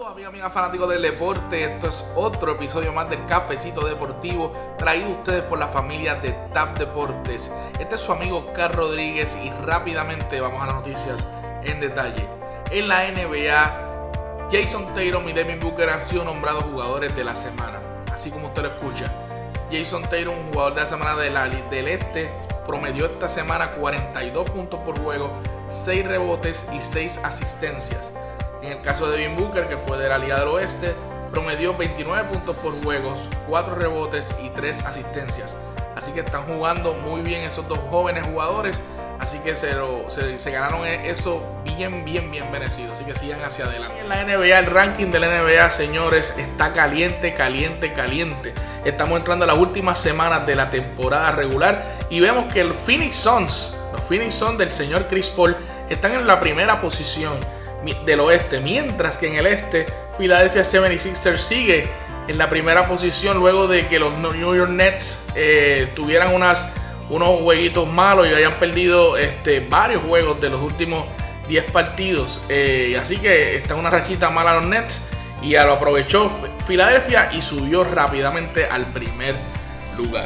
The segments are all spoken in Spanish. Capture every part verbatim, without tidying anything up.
Saludos amigas, amigas fanáticos del deporte. Esto es otro episodio más del Cafecito Deportivo, traído a ustedes por la familia de TAP Deportes. Este es su amigo Oscar Rodríguez y rápidamente vamos a las noticias en detalle. En la N B A, Jayson Tatum y Devin Booker han sido nombrados jugadores de la semana. Así como usted lo escucha, Jayson Tatum, un jugador de la semana de la, del Este, promedió esta semana cuarenta y dos puntos por juego, seis rebotes y seis asistencias. En el caso de Devin Booker, que fue de la Liga del Oeste, promedió veintinueve puntos por juegos, cuatro rebotes y tres asistencias. Así que están jugando muy bien esos dos jóvenes jugadores. Así que se, lo, se, se ganaron eso bien, bien, bien merecido. Así que sigan hacia adelante. En la N B A, el ranking de la N B A, señores, está caliente, caliente, caliente. Estamos entrando a las últimas semanas de la temporada regular y vemos que los Phoenix Suns, los Phoenix Suns del señor Chris Paul, están en la primera posición del oeste, mientras que en el este Philadelphia setenta y seis ers sigue en la primera posición luego de que los New York Nets eh, tuvieran unas, unos jueguitos malos y hayan perdido este, varios juegos de los últimos diez partidos, eh, así que está una rachita mala los Nets y ya lo aprovechó Philadelphia y subió rápidamente al primer lugar.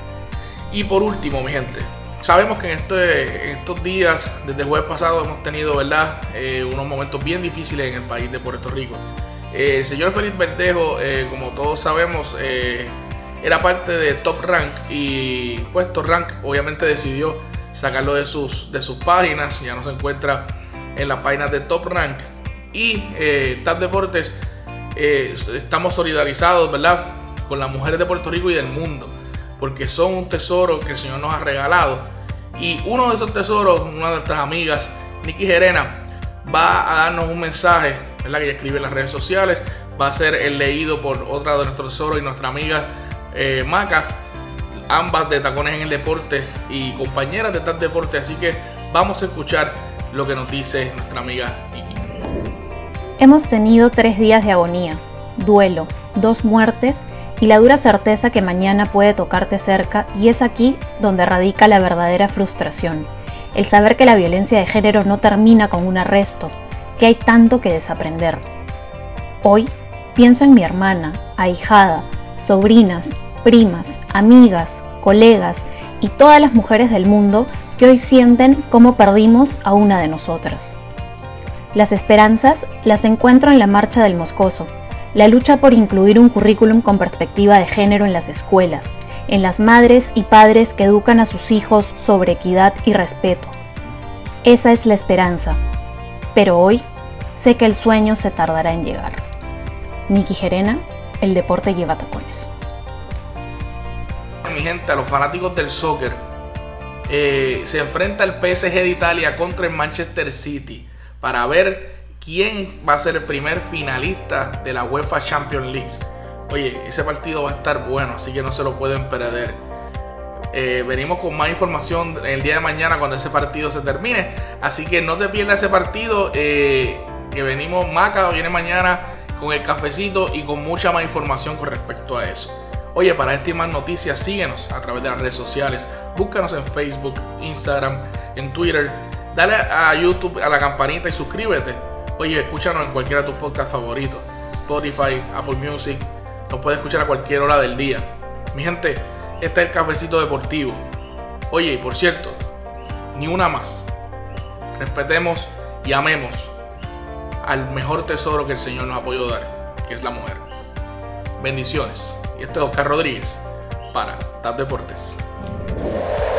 Y por último, mi gente, sabemos que en, este, en estos días, desde el jueves pasado, hemos tenido, ¿verdad?, eh, unos momentos bien difíciles en el país de Puerto Rico. Eh, el señor Félix Verdejo, eh, como todos sabemos, eh, era parte de Top Rank y pues Top Rank obviamente decidió sacarlo de sus, de sus páginas. Ya no se encuentra en las páginas de Top Rank. Y eh, TAP Deportes, eh, estamos solidarizados, ¿verdad?, con las mujeres de Puerto Rico y del mundo, porque son un tesoro que el Señor nos ha regalado. Y uno de esos tesoros, una de nuestras amigas, Nikki Gerena, va a darnos un mensaje, ¿verdad?, que ella escribe en las redes sociales. Va a ser el leído por otra de nuestros tesoros y nuestra amiga eh, Maca, ambas de Tacones en el Deporte y compañeras de TAP Deporte. Así que vamos a escuchar lo que nos dice nuestra amiga Nikki. Hemos tenido tres días de agonía, duelo, dos muertes y la dura certeza que mañana puede tocarte cerca, y es aquí donde radica la verdadera frustración. El saber que la violencia de género no termina con un arresto, que hay tanto que desaprender. Hoy pienso en mi hermana, ahijada, sobrinas, primas, amigas, colegas y todas las mujeres del mundo que hoy sienten cómo perdimos a una de nosotras. Las esperanzas las encuentro en la marcha del Moscoso, la lucha por incluir un currículum con perspectiva de género en las escuelas, en las madres y padres que educan a sus hijos sobre equidad y respeto. Esa es la esperanza, pero hoy sé que el sueño se tardará en llegar. Nikki Gerena, el deporte lleva tacones. Mi gente, a los fanáticos del soccer, eh, se enfrenta el P S G de Italia contra el Manchester City para ver quién va a ser el primer finalista de la UEFA Champions League. Oye, ese partido va a estar bueno, así que no se lo pueden perder. Eh, venimos con más información el día de mañana cuando ese partido se termine, así que no te pierdas ese partido, eh, que venimos, Maca viene mañana con el cafecito y con mucha más información con respecto a eso. Oye, para estas y más noticias, síguenos a través de las redes sociales, búscanos en Facebook, Instagram, en Twitter, dale a YouTube a la campanita y suscríbete. Oye, escúchanos en cualquiera de tus podcasts favoritos, Spotify, Apple Music, nos puedes escuchar a cualquier hora del día. Mi gente, este es el Cafecito Deportivo. Oye, y por cierto, ni una más. Respetemos y amemos al mejor tesoro que el Señor nos ha podido dar, que es la mujer. Bendiciones. Y este es Oscar Rodríguez para TAP Deportes.